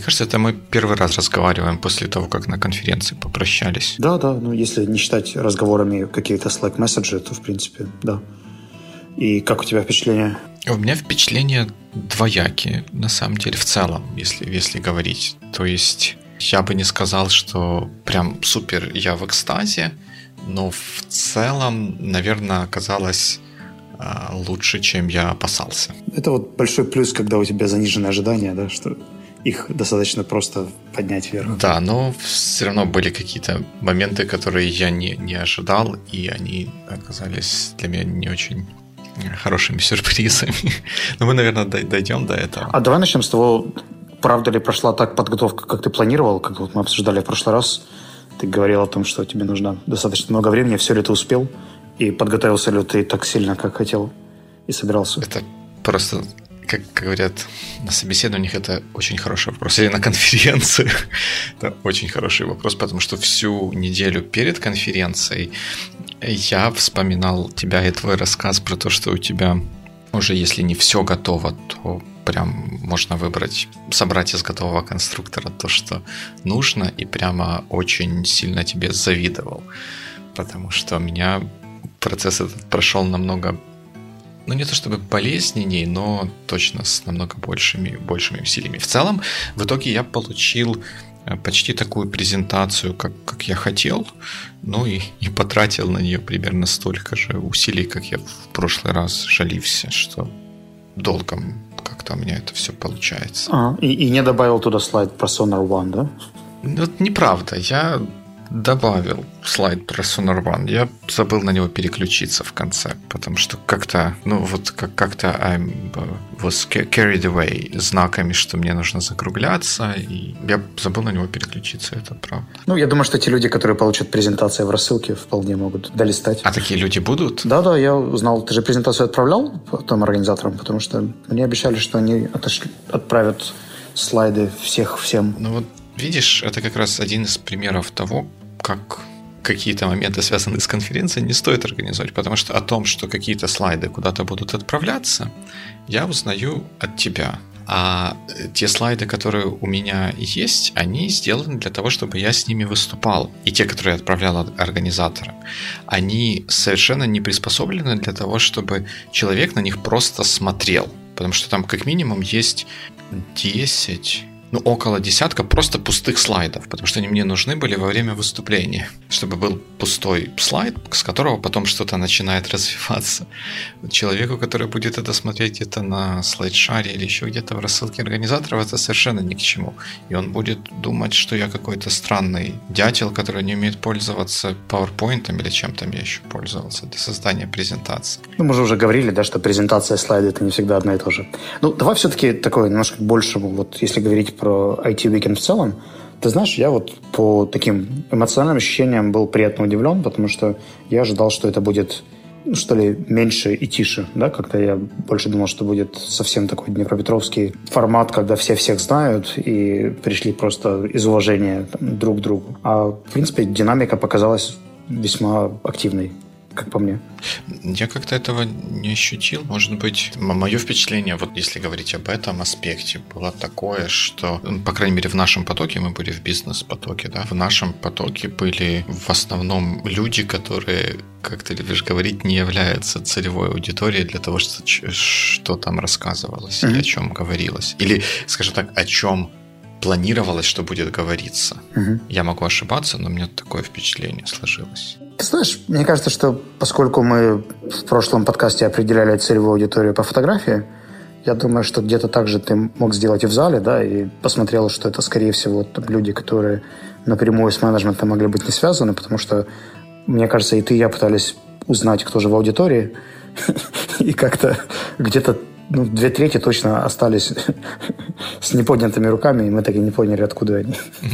кажется, это мы первый раз разговариваем после того, как на конференции попрощались. Да, ну если не считать разговорами какие-то Slack-месседжи, то в принципе, да. И как у тебя впечатления? У меня впечатления двоякие, на самом деле, в целом, если говорить. То есть я бы не сказал, что прям супер я в экстазе, но в целом, наверное, оказалось лучше, чем я опасался. Это вот большой плюс, когда у тебя заниженные ожидания, да, что их достаточно просто поднять вверх. Да, но все равно были какие-то моменты, которые я не ожидал, и они оказались для меня не очень хорошими сюрпризами. Но мы, наверное, дойдем до этого. А давай начнем с того, правда ли прошла так подготовка, как ты планировал, как вот мы обсуждали в прошлый раз. Ты говорил о том, что тебе нужно достаточно много времени, все ли ты успел, и подготовился ли ты так сильно, как хотел, и собирался? Это просто, как говорят на собеседованиях, это очень хороший вопрос. Или на конференции. Это очень хороший вопрос, потому что всю неделю перед конференцией я вспоминал тебя и твой рассказ про то, что у тебя уже, если не все готово, то прям можно собрать из готового конструктора то, что нужно, и прямо очень сильно тебе завидовал. Потому что у меня процесс этот прошел намного, не то чтобы болезненней, но точно с намного большими усилиями. В целом, в итоге я получил почти такую презентацию, как я хотел, и потратил на нее примерно столько же усилий, как я в прошлый раз жалился, что долго как-то у меня это все получается. И не добавил туда слайд про Sonar One, да? Это неправда. Я добавил слайд про Sonar One. Я забыл на него переключиться в конце, потому что как-то I was carried away знаками, что мне нужно закругляться, и я забыл на него переключиться, это правда. Я думаю, что те люди, которые получат презентацию в рассылке, вполне могут долистать. А такие люди будут? Да, я узнал. Ты же презентацию отправлял потом организаторам, потому что мне обещали, что они отправят слайды всем. Видишь, это как раз один из примеров того, как какие-то моменты, связанные с конференцией, не стоит организовать, потому что о том, что какие-то слайды куда-то будут отправляться, я узнаю от тебя. А те слайды, которые у меня есть, они сделаны для того, чтобы я с ними выступал. И те, которые я отправлял организаторам, они совершенно не приспособлены для того, чтобы человек на них просто смотрел. Потому что там как минимум есть 10... около десятка просто пустых слайдов, потому что они мне нужны были во время выступления, чтобы был пустой слайд, с которого потом что-то начинает развиваться. Человеку, который будет это смотреть где-то на слайд-шаре или еще где-то в рассылке организаторов, это совершенно ни к чему. И он будет думать, что я какой-то странный дятел, который не умеет пользоваться PowerPoint или чем там я еще пользовался для создания презентации. Мы же уже говорили, да, что презентация слайды – это не всегда одно и то же. Давай все-таки такое немножко большему, если говорить про IT Weekend в целом. Ты знаешь, я по таким эмоциональным ощущениям был приятно удивлен, потому что я ожидал, что это будет, меньше и тише, да, как-то я больше думал, что будет совсем такой днепропетровский формат, когда все всех знают и пришли просто из уважения друг к другу. А, в принципе, динамика показалась весьма активной, как по мне. Я как-то этого не ощутил. Может быть, мое впечатление, если говорить об этом аспекте, было такое, что, по крайней мере, в нашем потоке, мы были в бизнес-потоке, да, в нашем потоке были в основном люди, которые, как ты любишь говорить, не являются целевой аудиторией для того, что там рассказывалось и о чем говорилось. Или, скажем так, о чем планировалось, что будет говориться. Я могу ошибаться, но у меня такое впечатление сложилось. Ты знаешь, мне кажется, что поскольку мы в прошлом подкасте определяли целевую аудиторию по фотографии, я думаю, что где-то так же ты мог сделать и в зале, да, и посмотрел, что это, скорее всего, люди, которые напрямую с менеджментом могли быть не связаны, потому что, мне кажется, и ты, и я пытались узнать, кто же в аудитории, и как-то где-то 2/3 точно остались с неподнятыми руками, и мы так и не поняли, откуда они.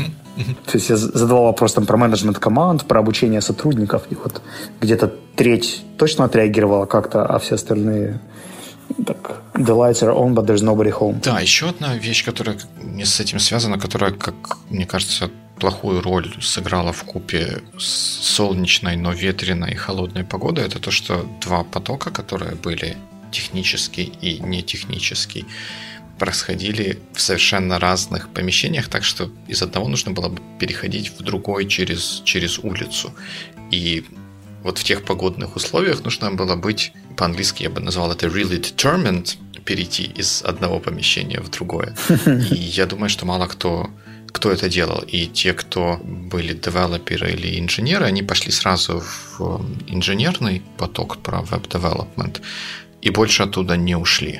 То есть я задавал вопрос про менеджмент команд, про обучение сотрудников, и где-то треть точно отреагировала как-то, а все остальные так, the lights are on, but there's nobody home. Да, еще одна вещь, которая не с этим связана, которая, как мне кажется, плохую роль сыграла вкупе с солнечной, но ветреной и холодной погодой, это то, что два потока, которые были технический и нетехнический, происходили в совершенно разных помещениях, так что из одного нужно было бы переходить в другой через улицу. И вот в тех погодных условиях нужно было быть, по-английски я бы назвал это really determined, перейти из одного помещения в другое. И я думаю, что мало кто это делал. И те, кто были девелоперы или инженеры, они пошли сразу в инженерный поток про веб-девелопмент и больше оттуда не ушли.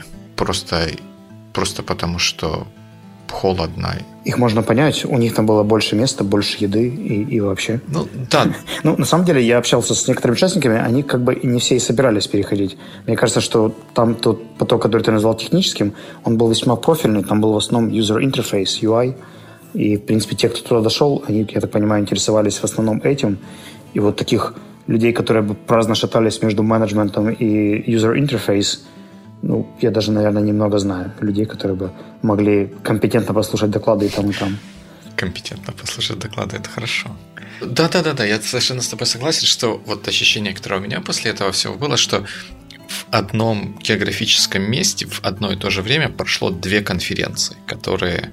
Просто потому, что холодно. Их можно понять, у них там было больше места, больше еды и вообще. Ну, да. Ну, на самом деле, я общался с некоторыми участниками, они как бы и не все и собирались переходить. Мне кажется, что там тот поток, который ты назвал техническим, он был весьма профильный, там был в основном user interface, UI, и, в принципе, те, кто туда дошел, они, я так понимаю, интересовались в основном этим. И вот таких людей, которые бы праздно шатались между менеджментом и user interface, ну, я даже, наверное, немного знаю людей, которые бы могли компетентно послушать доклады и там, и там. Компетентно послушать доклады – это хорошо. Да, я совершенно с тобой согласен, что вот ощущение, которое у меня после этого всего было, что в одном географическом месте в одно и то же время прошло 2 конференции, которые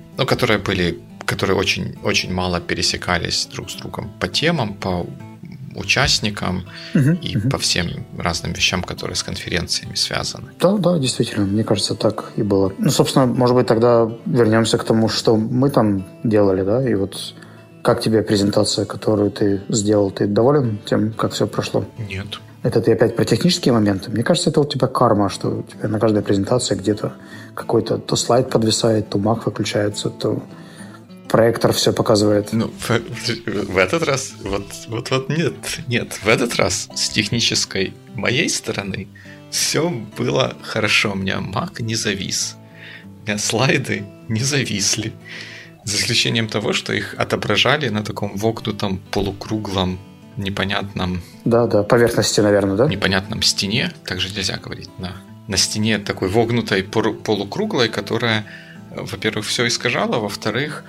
очень, очень мало пересекались друг с другом по темам, по участникам и по всем разным вещам, которые с конференциями связаны. Да, действительно, мне кажется, так и было. Ну, собственно, может быть, тогда вернемся к тому, что мы там делали, да, и вот как тебе презентация, которую ты сделал, ты доволен тем, как все прошло? Нет. Это ты опять про технические моменты? Мне кажется, это у тебя карма, что у тебя на каждой презентации где-то какой-то то слайд подвисает, то Mac выключается, то проектор все показывает. Ну, в этот раз, вот нет. В этот раз с технической моей стороны все было хорошо. У меня Mac не завис. У меня слайды не зависли. За исключением того, что их отображали на таком вогнутом, полукруглом, непонятном... Да, поверхности, наверное, да? Непонятном стене. Так же нельзя говорить. На стене такой вогнутой, полукруглой, которая... Во-первых, все искажало, во-вторых,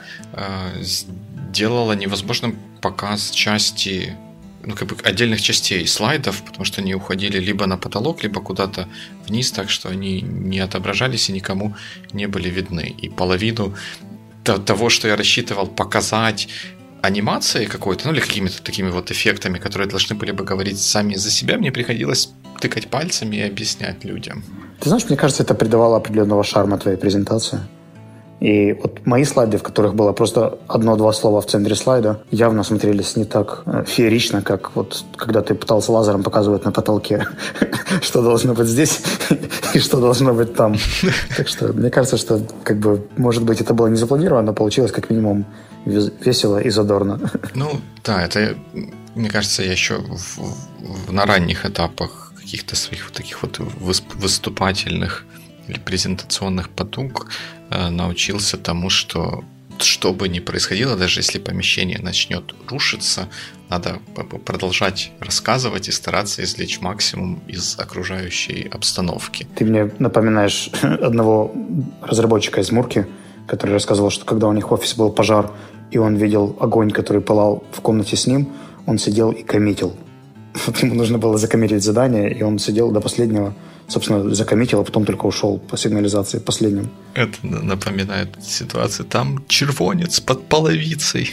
делало невозможным показ части, отдельных частей слайдов, потому что они уходили либо на потолок, либо куда-то вниз, так что они не отображались и никому не были видны. И половину того, что я рассчитывал показать анимацией какой-то, или какими-то такими вот эффектами, которые должны были бы говорить сами за себя, мне приходилось тыкать пальцами и объяснять людям. Ты знаешь, мне кажется, это придавало определенного шарма твоей презентации. И вот мои слайды, в которых было просто 1-2 слова в центре слайда, явно смотрелись не так феерично, как вот когда ты пытался лазером показывать на потолке, что должно быть здесь и что должно быть там. Так что мне кажется, что, может быть, это было не запланировано, но получилось как минимум весело и задорно. Ну, да, это, мне кажется, я еще на ранних этапах каких-то своих вот таких вот выступательных или презентационных потуг научился тому, что бы ни происходило, даже если помещение начнет рушиться, надо продолжать рассказывать и стараться извлечь максимум из окружающей обстановки. Ты мне напоминаешь одного разработчика из Мурки, который рассказывал, что когда у них в офисе был пожар, и он видел огонь, который пылал в комнате с ним, он сидел и коммитил. Вот ему нужно было закоммитить задание, и он сидел до последнего, собственно, закоммитил, а потом только ушел по сигнализации последним. Это напоминает ситуацию. Там червонец под половицей.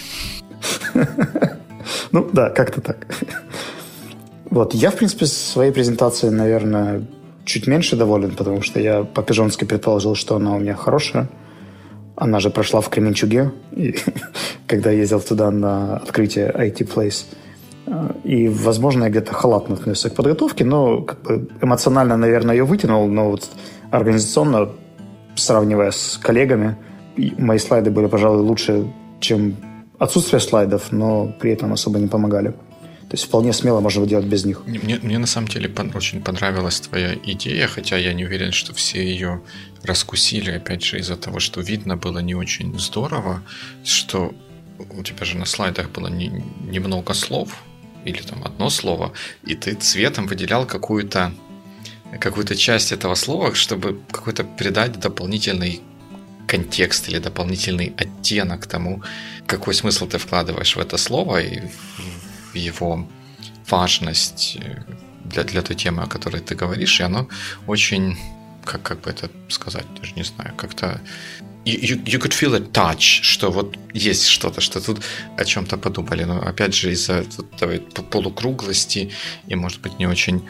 Ну, да, как-то так. Вот, я, в принципе, своей презентацией, наверное, чуть меньше доволен, потому что я по-пижонски предположил, что она у меня хорошая. Она же прошла в Кременчуге, когда ездил туда на открытие IT Place. И, возможно, я где-то халатно относился к подготовке, но эмоционально, наверное, ее вытянул, но вот организационно, сравнивая с коллегами, мои слайды были, пожалуй, лучше, чем отсутствие слайдов, но при этом особо не помогали. То есть вполне смело можно делать без них. Мне на самом деле очень понравилась твоя идея, хотя я не уверен, что все ее раскусили, опять же, из-за того, что видно было не очень здорово, что у тебя же на слайдах было немного слов, или там одно слово, и ты цветом выделял какую-то часть этого слова, чтобы какой-то придать дополнительный контекст или дополнительный оттенок тому, какой смысл ты вкладываешь в это слово и в его важность для той темы, о которой ты говоришь, и оно очень как бы это сказать, даже не знаю, как-то you could feel a touch, что вот есть что-то, что тут о чем-то подумали. Но опять же из-за полукруглости и, может быть, не очень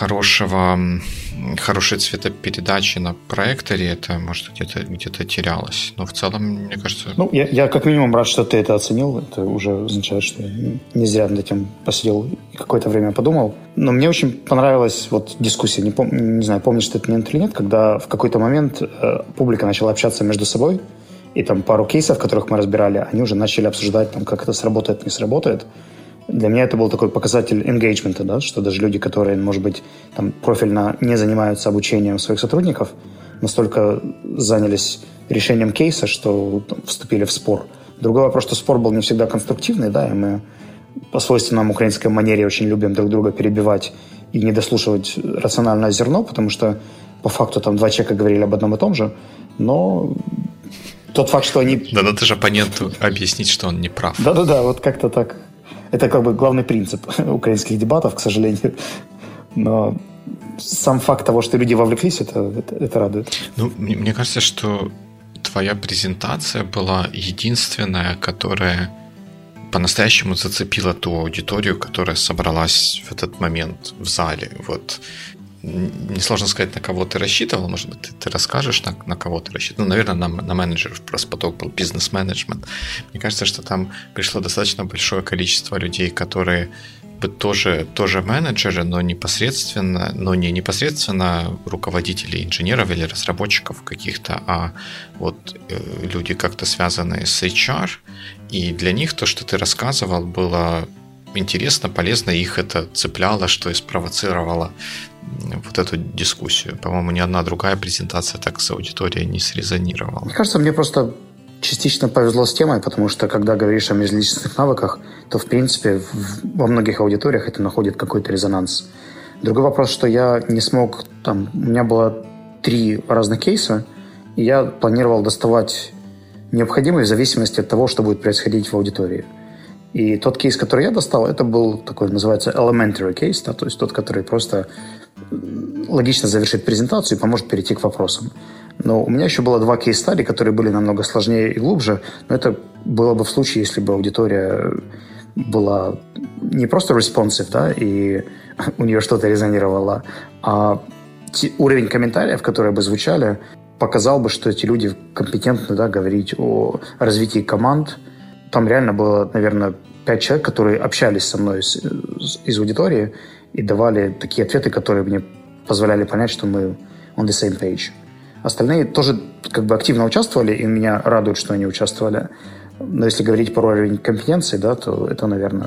хорошей цветопередачи на проекторе это, может, где-то терялось. Но в целом, мне кажется... Ну, я как минимум рад, что ты это оценил. Это уже означает, что я не зря над этим посидел и какое-то время подумал. Но мне очень понравилась вот дискуссия. Не знаю, помнишь ты этот момент или нет, когда в какой-то момент публика начала общаться между собой, и там пару кейсов, которых мы разбирали, они уже начали обсуждать, там, как это сработает, не сработает. Для меня это был такой показатель engagement, да, что даже люди, которые, может быть, там, профильно не занимаются обучением своих сотрудников, настолько занялись решением кейса, что там, вступили в спор. Другой вопрос, что спор был не всегда конструктивный, да, и мы по свойственному украинской манере очень любим друг друга перебивать и не дослушивать рациональное зерно, потому что по факту там два человека говорили об одном и том же, но тот факт, что они... Да, надо же оппоненту объяснить, что он не прав. Да-да-да, вот как-то так. Это как бы главный принцип украинских дебатов, к сожалению. Но сам факт того, что люди вовлеклись, это радует. Ну, мне кажется, что твоя презентация была единственная, которая по-настоящему зацепила ту аудиторию, которая собралась в этот момент в зале. Вот. Несложно сказать, на кого ты рассчитывал. Может быть, ты расскажешь, на кого ты рассчитывал. Ну, наверное, на менеджеров. Просто поток был бизнес-менеджмент. Мне кажется, что там пришло достаточно большое количество людей, которые бы тоже менеджеры, но не непосредственно руководители инженеров или разработчиков каких-то, а вот люди как-то связанные с HR. И для них то, что ты рассказывал, было интересно, полезно, их это цепляло, что и спровоцировало вот эту дискуссию. По-моему, ни одна другая презентация так с аудиторией не срезонировала. Мне кажется, мне просто частично повезло с темой, потому что, когда говоришь о межличностных навыках, то, в принципе, во многих аудиториях это находит какой-то резонанс. Другой вопрос, что я не смог... Там, у меня было 3 разных кейса, и я планировал доставать необходимые в зависимости от того, что будет происходить в аудитории. И тот кейс, который я достал, это был такой, называется, elementary case, да, то есть тот, который просто логично завершит презентацию и поможет перейти к вопросам. Но у меня еще было 2 кейс-стади, которые были намного сложнее и глубже, но это было бы в случае, если бы аудитория была не просто responsive, да, и у нее что-то резонировало, а уровень комментариев, которые бы звучали, показал бы, что эти люди компетентны, да, говорить о развитии команд. Там реально было, наверное, 5 человек, которые общались со мной из аудитории и давали такие ответы, которые мне позволяли понять, что мы on the same page. Остальные тоже как бы активно участвовали, и меня радует, что они участвовали. Но если говорить про уровень компетенции, да, то это, наверное,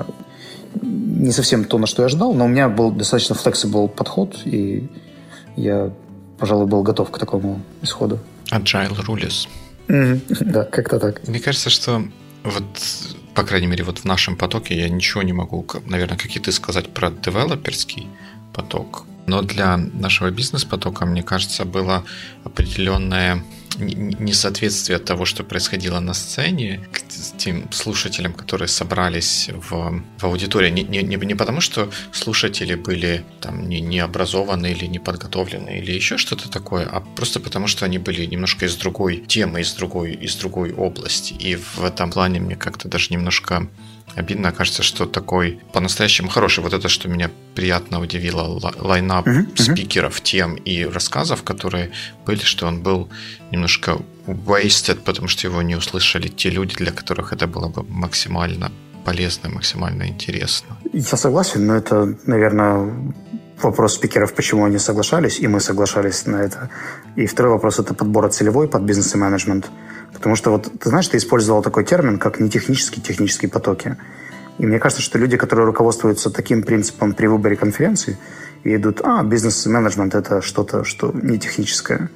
не совсем то, на что я ждал, но у меня был достаточно flexible подход, и я, пожалуй, был готов к такому исходу. Agile rules. Да, как-то так. Мне кажется, что вот, по крайней мере, вот в нашем потоке я ничего не могу, наверное, как и ты, сказать про девелоперский поток. Но для нашего бизнес-потока, мне кажется, было определенное несоответствие того, что происходило на сцене, к тем слушателям, которые собрались в аудитории. Не потому, что слушатели были там не образованы или не подготовлены или еще что-то такое, а просто потому, что они были немножко из другой темы, из другой области. И в этом плане мне как-то даже немножко обидно, кажется, что такой по-настоящему хороший. Вот это, что меня приятно удивило, лайнап спикеров, тем и рассказов, которые были, что он был немножко wasted, потому что его не услышали те люди, для которых это было бы максимально полезно, максимально интересно. Я согласен, но это, наверное, вопрос спикеров, почему они соглашались, и мы соглашались на это. И второй вопрос – это подбор целевой под бизнес и менеджмент. Потому что, вот, ты знаешь, ты использовал такой термин, как технические потоки. И мне кажется, что люди, которые руководствуются таким принципом при выборе конференции и идут, бизнес и менеджмент – это что-то, что не техническое,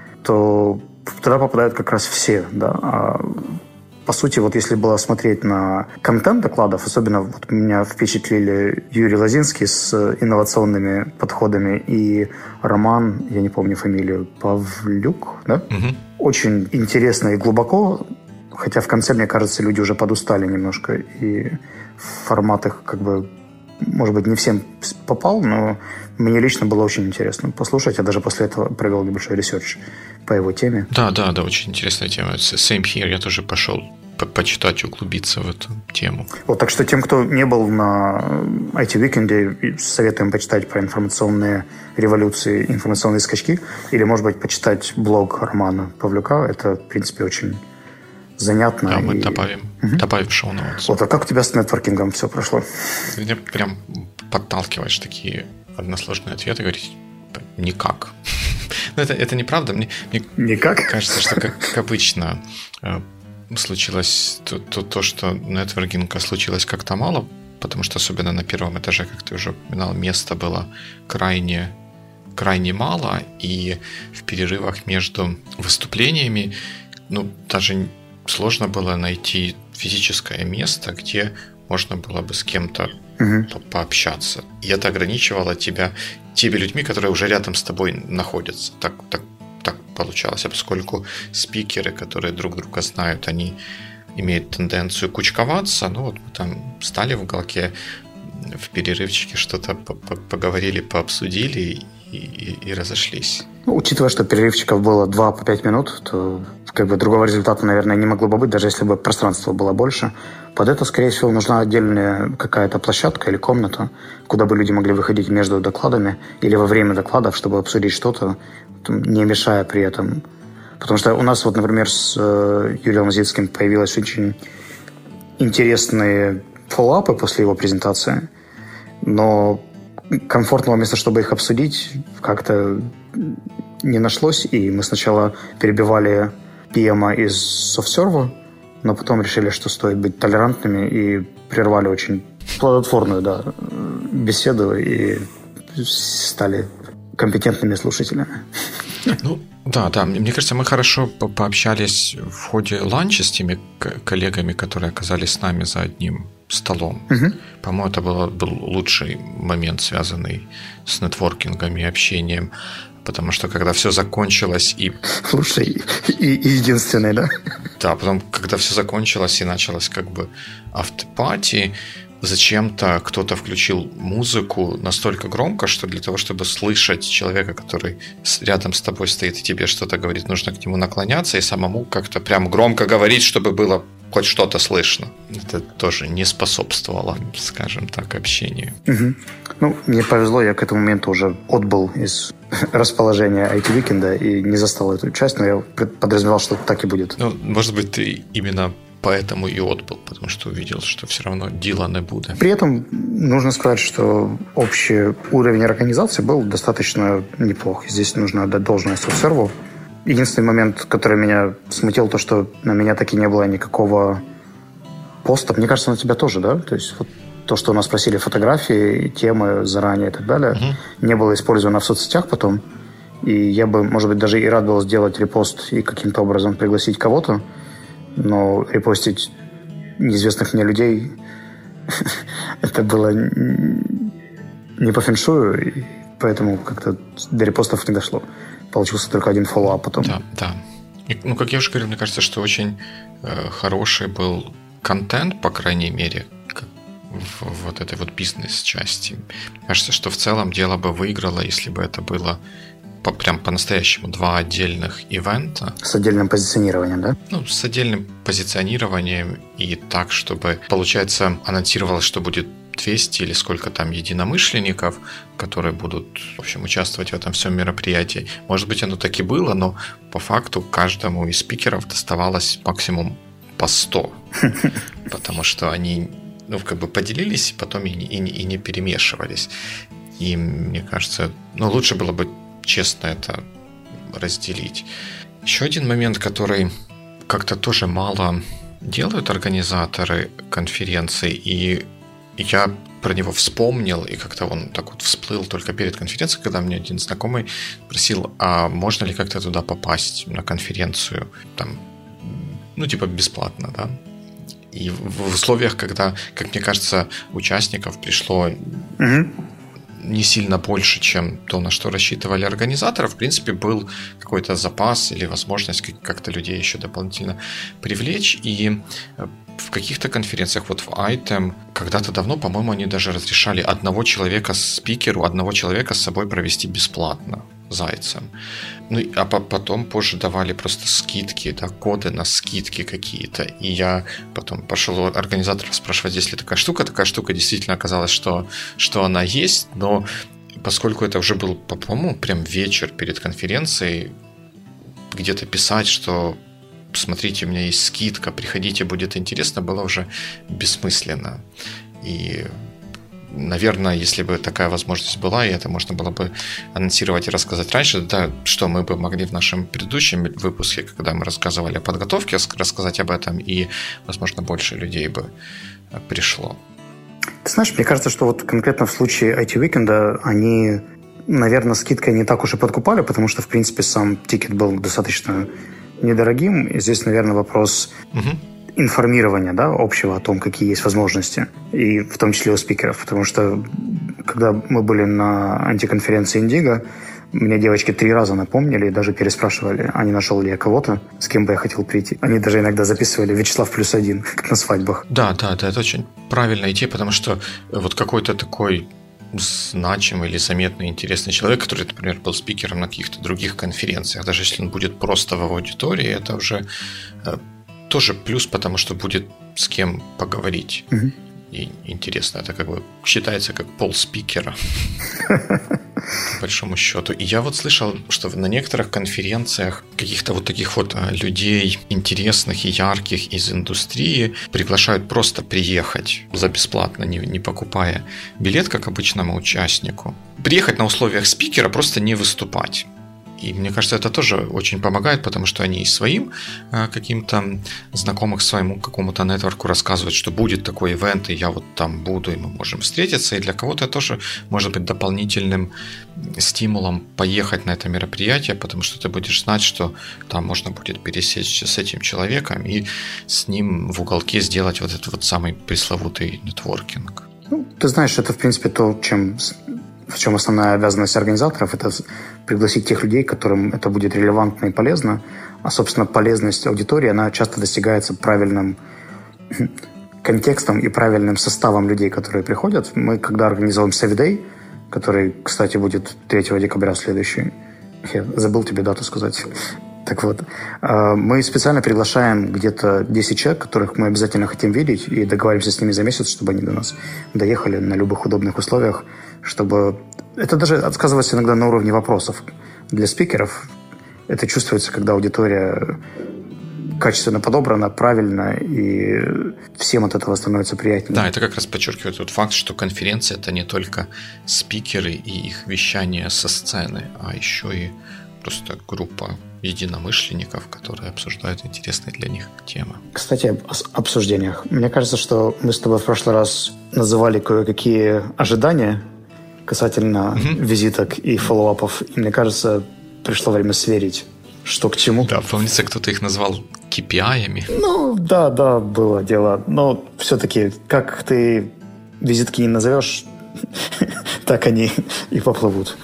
то туда попадают как раз все, да. А по сути, вот если было смотреть на контент докладов, особенно вот меня впечатлили Юрий Лозинский с инновационными подходами и Роман, я не помню фамилию, Павлюк, да? Угу. Очень интересно и глубоко, хотя в конце, мне кажется, люди уже подустали немножко, и формат их как бы может быть, не всем попал, но мне лично было очень интересно послушать. Я даже после этого провел небольшой ресерч по его теме. Да, очень интересная тема. Same here, я тоже пошел почитать, углубиться в эту тему. Вот, так что тем, кто не был на IT-викенде, советуем почитать про информационные революции, информационные скачки, или, может быть, почитать блог Романа Павлюка. Это, в принципе, очень занятно. Да, мы добавим в шоу-ноутс. Вот, а как у тебя с нетворкингом все прошло? Меня прям подталкиваешь такие односложные ответы, говорить никак. Но это неправда. Мне никак? Кажется, что как обычно случилось то, что нетворкинга случилось как-то мало, потому что особенно на первом этаже, как ты уже упоминал, места было крайне мало, и в перерывах между выступлениями даже сложно было найти физическое место, где можно было бы с кем-то пообщаться. И это ограничивало тебя теми людьми, которые уже рядом с тобой находятся. Так получалось. А поскольку спикеры, которые друг друга знают, они имеют тенденцию кучковаться, мы там стали в уголке в перерывчике, что-то поговорили, пообсудили и разошлись. Учитывая, что перерывчиков было 2 по 5 минут, то другого результата, наверное, не могло бы быть, даже если бы пространства было больше. Под это, скорее всего, нужна отдельная какая-то площадка или комната, куда бы люди могли выходить между докладами или во время докладов, чтобы обсудить что-то, не мешая при этом. Потому что у нас, например, с Юрием Лозицким появились очень интересные фоллоуапы после его презентации, но комфортного места, чтобы их обсудить, как-то не нашлось, и мы сначала перебивали PM из SoftServe, но потом решили, что стоит быть толерантными, и прервали очень плодотворную беседу и стали компетентными слушателями. Да. Мне кажется, мы хорошо пообщались в ходе ланча с теми коллегами, которые оказались с нами за одним столом. По-моему, это был лучший момент, связанный с нетворкингом и общением. Потому что когда все закончилось и... Лучший и единственный, да? Да, потом, когда все закончилось и началось автопати, зачем-то кто-то включил музыку настолько громко, что для того, чтобы слышать человека, который рядом с тобой стоит и тебе что-то говорит, нужно к нему наклоняться и самому как-то прям громко говорить, чтобы было хоть что-то слышно. Это тоже не способствовало, скажем так, общению. Мне повезло, я к этому моменту уже отбыл из расположения IT-викенда и не застал эту часть, но я подразумевал, что так и будет. Может быть, ты именно поэтому и отбыл, потому что увидел, что все равно дела не будет. При этом нужно сказать, что общий уровень организации был достаточно неплох. Здесь нужно отдать должное SoftServe. Единственный момент, который меня смутил, то, что на меня таки не было никакого поста. Мне кажется, на тебя тоже, да? То есть то, что у нас просили фотографии, темы заранее и так далее, не было использовано в соцсетях потом. И я бы, может быть, даже и рад был сделать репост и каким-то образом пригласить кого-то, но репостить неизвестных мне людей это было не по фэншую, и поэтому как-то до репостов не дошло. Получился только один фоллоуап потом. Да. И, как я уже говорил, мне кажется, что очень хороший был контент, по крайней мере, в этой бизнес-части. Кажется, что в целом дело бы выиграло, если бы это было прям по-настоящему 2 отдельных ивента. С отдельным позиционированием, да? С отдельным позиционированием и так, чтобы, получается, анонсировалось, что будет 200 или сколько там единомышленников, которые будут, в общем, участвовать в этом всем мероприятии. Может быть, оно так и было, но по факту каждому из спикеров доставалось максимум по 100. Потому что они, поделились, и потом и не перемешивались. И мне кажется, лучше было бы честно это разделить. Еще один момент, который как-то тоже мало делают организаторы конференций, и я про него вспомнил, и как-то он так всплыл только перед конференцией, когда мне один знакомый просил, а можно ли как-то туда попасть на конференцию, там, бесплатно, да? И в условиях, когда, как мне кажется, участников пришло не сильно больше, чем то, на что рассчитывали организаторы. В принципе, был какой-то запас или возможность как-то людей еще дополнительно привлечь. И в каких-то конференциях, вот в ITEM, когда-то давно, по-моему, они даже разрешали одного человека с собой провести бесплатно зайцем. Ну, а потом позже давали просто скидки, да, коды на скидки какие-то. И я потом пошел у организаторов спрашивать, есть ли такая штука. Такая штука действительно оказалась, что она есть, но поскольку это уже был, по-моему, прям вечер перед конференцией, где-то писать, что смотрите, у меня есть скидка, приходите, будет интересно, было уже бессмысленно. И, наверное, если бы такая возможность была, и это можно было бы анонсировать и рассказать раньше, да, что мы бы могли в нашем предыдущем выпуске, когда мы рассказывали о подготовке, рассказать об этом, и, возможно, больше людей бы пришло. Ты знаешь, мне кажется, что вот конкретно в случае IT-викенда они, наверное, скидкой не так уж и подкупали, потому что, в принципе, сам тикет был достаточно недорогим. И здесь, наверное, вопрос информирования, да, общего о том, какие есть возможности, и в том числе у спикеров. Потому что, когда мы были на антиконференции Indigo, мне девочки 3 раза напомнили и даже переспрашивали, а не нашел ли я кого-то, с кем бы я хотел прийти. Они даже иногда записывали Вячеслав +1, как на свадьбах. Да, это очень правильная идея, потому что вот какой-то такой значимый или заметный, интересный человек, который, например, был спикером на каких-то других конференциях, даже если он будет просто в аудитории, это уже тоже плюс, потому что будет с кем поговорить. Угу. И интересно, это как бы считается как полспикера, по большому счету. И я вот слышал, что на некоторых конференциях каких-то вот таких вот людей интересных и ярких из индустрии приглашают просто приехать за бесплатно, не покупая билет, как обычному участнику. Приехать на условиях спикера, просто не выступать. И мне кажется, это тоже очень помогает, потому что они и своим каким-то знакомым, своему какому-то нетворку рассказывают, что будет такой ивент, и я вот там буду, и мы можем встретиться. И для кого-то это тоже может быть дополнительным стимулом поехать на это мероприятие, потому что ты будешь знать, что там можно будет пересечься с этим человеком и с ним в уголке сделать вот этот вот самый пресловутый нетворкинг. Ну, ты знаешь, это в принципе то, в чем основная обязанность организаторов, это пригласить тех людей, которым это будет релевантно и полезно. А, собственно, полезность аудитории, она часто достигается правильным контекстом и правильным составом людей, которые приходят. Мы, когда организуем Savvy Day, который, кстати, будет 3 декабря следующий, я забыл тебе дату сказать. Так вот, мы специально приглашаем где-то 10 человек, которых мы обязательно хотим видеть, и договариваемся с ними за месяц, чтобы они до нас доехали на любых удобных условиях, чтобы... Это даже отсказывается иногда на уровне вопросов. Для спикеров это чувствуется, когда аудитория качественно подобрана, правильно, и всем от этого становится приятнее. Да, это как раз подчеркивает тот факт, что конференция – это не только спикеры и их вещание со сцены, а еще и просто группа единомышленников, которые обсуждают интересные для них темы. Кстати, об обсуждениях. Мне кажется, что мы с тобой в прошлый раз называли кое-какие ожидания касательно визиток и фоллоуапов. И мне кажется, пришло время сверить, что к чему. Да, помнится, кто-то их назвал KPI-ями. Ну, да, было дело. Но все-таки, как ты визитки не назовешь, так они и поплывут.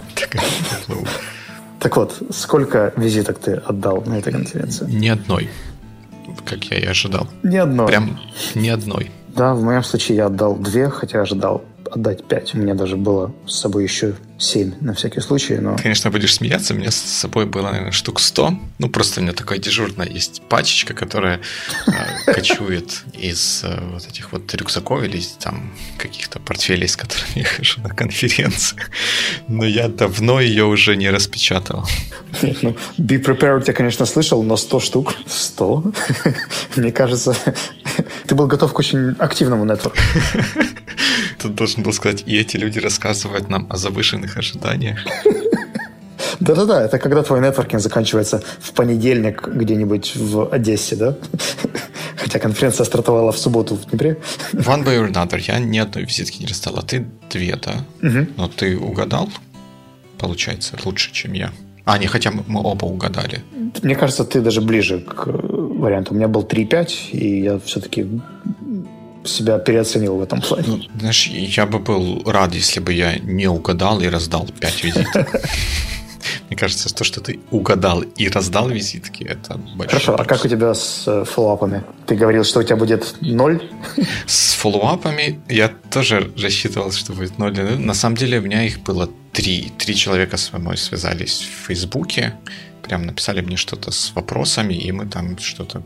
Так вот, сколько визиток ты отдал на этой конференции? Ни одной, как я и ожидал. Ни одной? Прям ни одной. Да, в моем случае я отдал 2, хотя ожидал отдать 5. У меня даже было с собой еще 7 на всякий случай. Но... Конечно, будешь смеяться, у меня с собой было, наверное, штук 100. Ну, просто у меня такая дежурная есть пачечка, которая кочует из вот этих вот рюкзаков или там каких-то портфелей, с которыми я хожу на конференциях. Но я давно ее уже не распечатал. Ну, Be Prepared я, конечно, слышал, но 100 штук. 100? Мне кажется, ты был готов к очень активному нетворку. Тут должен был сказать, и эти люди рассказывают нам о завышенных ожиданиях. Да-да-да, это когда твой нетворкинг заканчивается в понедельник где-нибудь в Одессе, да? Хотя конференция стартовала в субботу в Днепре. One way or another, я ни одной визитки не расстал, а ты 2, да? Угу. Но ты угадал, получается, лучше, чем я. А, не, хотя мы оба угадали. Мне кажется, ты даже ближе к варианту. У меня был 3,5, и я все-таки себя переоценил в этом плане. Ну, знаешь, я бы был рад, если бы я не угадал и раздал 5 визиток. Мне кажется, то, что ты угадал и раздал визитки, это большой Хорошо, а как у тебя с фоллоуапами? Ты говорил, что у тебя будет 0? С фоллоуапами я тоже рассчитывал, что будет 0. На самом деле у меня их было 3. 3 человека со мной связались в Фейсбуке, прям написали мне что-то с вопросами, и мы там что-то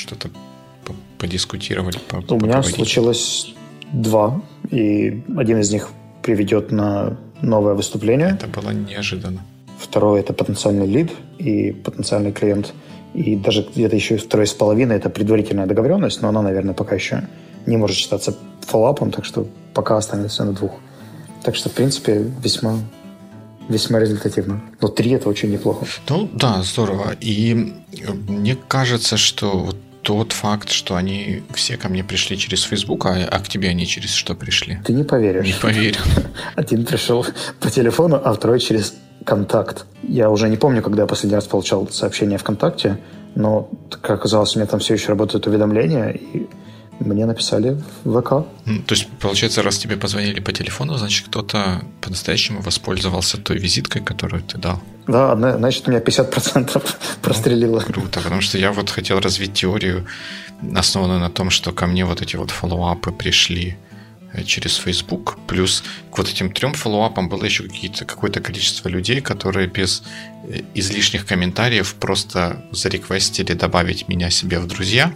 подискутировали. У меня случилось 2, и один из них приведет на новое выступление. Это было неожиданно. Второй – это потенциальный лид и потенциальный клиент. И даже где-то еще 2,5 – это предварительная договоренность, но она, наверное, пока еще не может считаться фоллоуапом, так что пока останется на 2. Так что, в принципе, весьма результативно. Но 3 – это очень неплохо. Ну, да, здорово. И мне кажется, что вот тот факт, что они все ко мне пришли через Facebook, а к тебе они через что пришли? Ты не поверишь. Не поверю. Один пришел по телефону, а второй через Контакт. Я уже не помню, когда я последний раз получал сообщение ВКонтакте, но, как оказалось, у меня там все еще работают уведомления, и мне написали в ВК. То есть, получается, раз тебе позвонили по телефону, значит, кто-то по-настоящему воспользовался той визиткой, которую ты дал. Да, значит, у меня 50% прострелило. Круто, потому что я вот хотел развить теорию, основанную на том, что ко мне вот эти вот фоллоуапы пришли через Facebook, плюс к вот этим 3 фоллоуапам было еще какое-то количество людей, которые без излишних комментариев просто зареквестили добавить меня себе в друзья.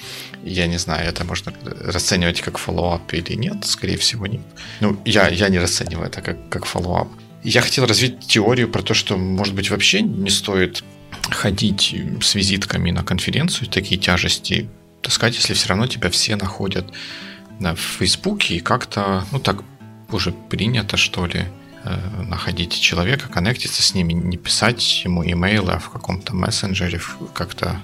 Я не знаю, это можно расценивать как фоллоуап или нет, скорее всего нет. Ну, я не расцениваю это как фоллоуап. Я хотел развить теорию про то, что, может быть, вообще не стоит ходить с визитками на конференцию, такие тяжести таскать, если все равно тебя все находят в Фейсбуке, и как-то, ну, так уже принято, что ли, находить человека, коннектиться с ними, не писать ему имейлы, а в каком-то мессенджере как-то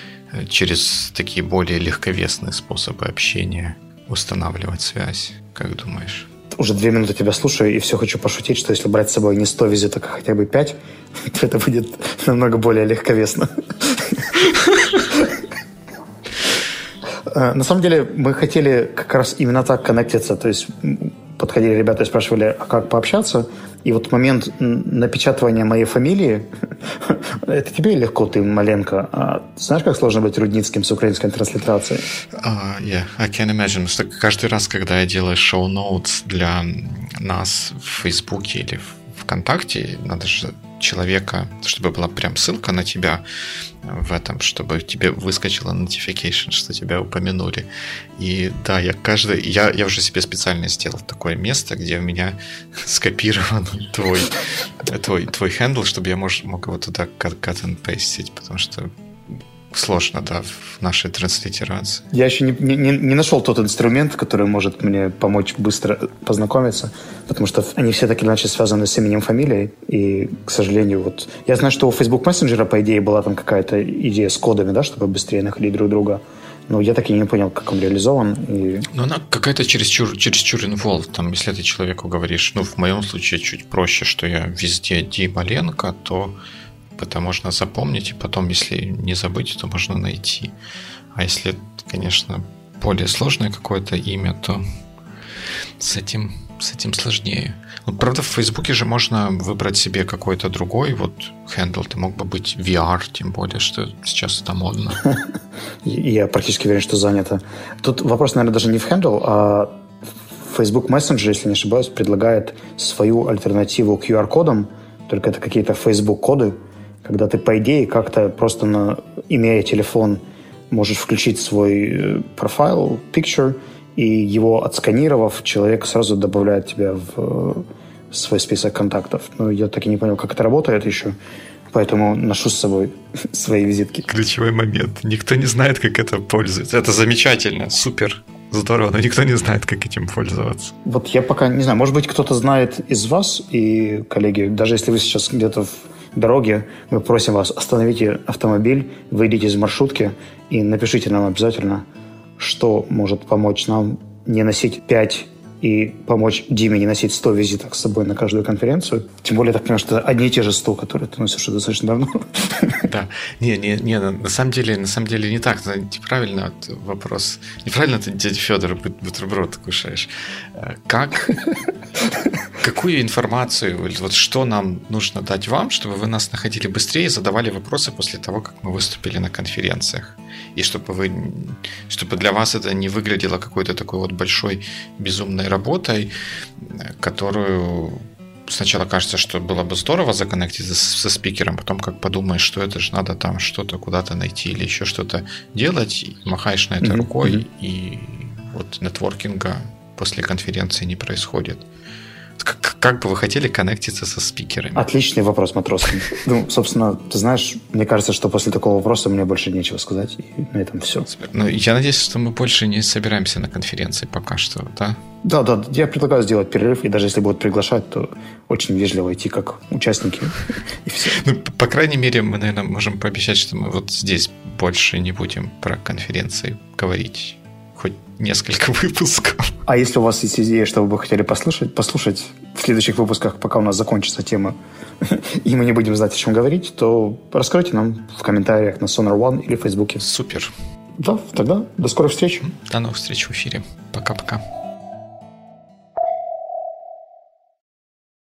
через такие более легковесные способы общения устанавливать связь. Как думаешь? Уже 2 минуты тебя слушаю, и все хочу пошутить, что если брать с собой не 100 визиток, а хотя бы 5, то это будет намного более легковесно. На самом деле, мы хотели как раз именно так коннектиться. То есть подходили ребята и спрашивали, а как пообщаться? И вот момент напечатывания моей фамилии, это тебе легко, ты Маленко. А знаешь, как сложно быть Рудницким с украинской транслитерацией? Yeah, I can imagine. Что каждый раз, когда я делаю шоу-ноутс для нас в Фейсбуке или в ВКонтакте, надо же человека, чтобы была прям ссылка на тебя в этом, чтобы тебе выскочила notification, что тебя упомянули. И да, я уже себе специально сделал такое место, где у меня скопирован твой хендл, чтобы я мог его туда cut and paste, потому что сложно, да, в нашей транслитерации. Я еще не нашел тот инструмент, который может мне помочь быстро познакомиться, потому что они все так или иначе связаны с именем, фамилией, и, к сожалению, вот... Я знаю, что у Facebook Messenger, по идее, была там какая-то идея с кодами, да, чтобы быстрее находить друг друга, но я так и не понял, как он реализован. Но она какая-то чересчур involved. Там, если ты человеку говоришь, ну, в моем случае чуть проще, что я везде Ди Маленко, то это можно запомнить, и потом, если не забыть, то можно найти. А если, конечно, более сложное какое-то имя, то с этим сложнее. Вот, правда, в Фейсбуке же можно выбрать себе какой-то другой вот хендл. Ты мог бы быть VR, тем более, что сейчас это модно. Я практически уверен, что занято. Тут вопрос, наверное, даже не в хендл, а Facebook Messenger, если не ошибаюсь, предлагает свою альтернативу QR-кодам, только это какие-то Facebook-коды, когда ты, по идее, как-то просто имея телефон, можешь включить свой профайл, picture, и его отсканировав, человек сразу добавляет тебя в свой список контактов. Но я так и не понял, как это работает еще, поэтому ношу с собой свои визитки. Ключевой момент. Никто не знает, как это пользуется. Это замечательно, супер, здорово, но никто не знает, как этим пользоваться. Вот я пока не знаю. Может быть, кто-то знает из вас, и, коллеги, даже если вы сейчас где-то в дороге, мы просим вас, остановите автомобиль, выйдите из маршрутки и напишите нам обязательно, что может помочь нам не носить 5 и помочь Диме не носить 100 визиток с собой на каждую конференцию. Тем более, я так понимаю, что это одни и те же 100, которые ты носишь уже достаточно давно. Да. Не, на самом деле не так. Неправильно вопрос. Неправильно ты, дядя Федор, бутерброд кушаешь. Какую информацию, вот что нам нужно дать вам, чтобы вы нас находили быстрее и задавали вопросы после того, как мы выступили на конференциях? И чтобы для вас это не выглядело какой-то такой вот большой безумной работой, которую сначала кажется, что было бы здорово законнектиться со спикером, потом как подумаешь, что это же надо там что-то куда-то найти или еще что-то делать, и махаешь на это рукой, и вот нетворкинга после конференции не происходит. Как бы вы хотели коннектиться со спикерами? Отличный вопрос, матрос. Ну, собственно, ты знаешь, мне кажется, что после такого вопроса мне больше нечего сказать, и на этом все. Ну, я надеюсь, что мы больше не собираемся на конференции пока что, да? Да, я предлагаю сделать перерыв, и даже если будут приглашать, то очень вежливо идти как участники, и все. Ну, по крайней мере, мы, наверное, можем пообещать, что мы вот здесь больше не будем про конференции говорить. Хоть несколько выпусков. А если у вас есть идея, что вы бы хотели послушать в следующих выпусках, пока у нас закончится тема, и мы не будем знать, о чем говорить, то раскройте нам в комментариях на Sonar One или в Фейсбуке. Супер. Да, тогда до скорых встреч. До новых встреч в эфире. Пока-пока.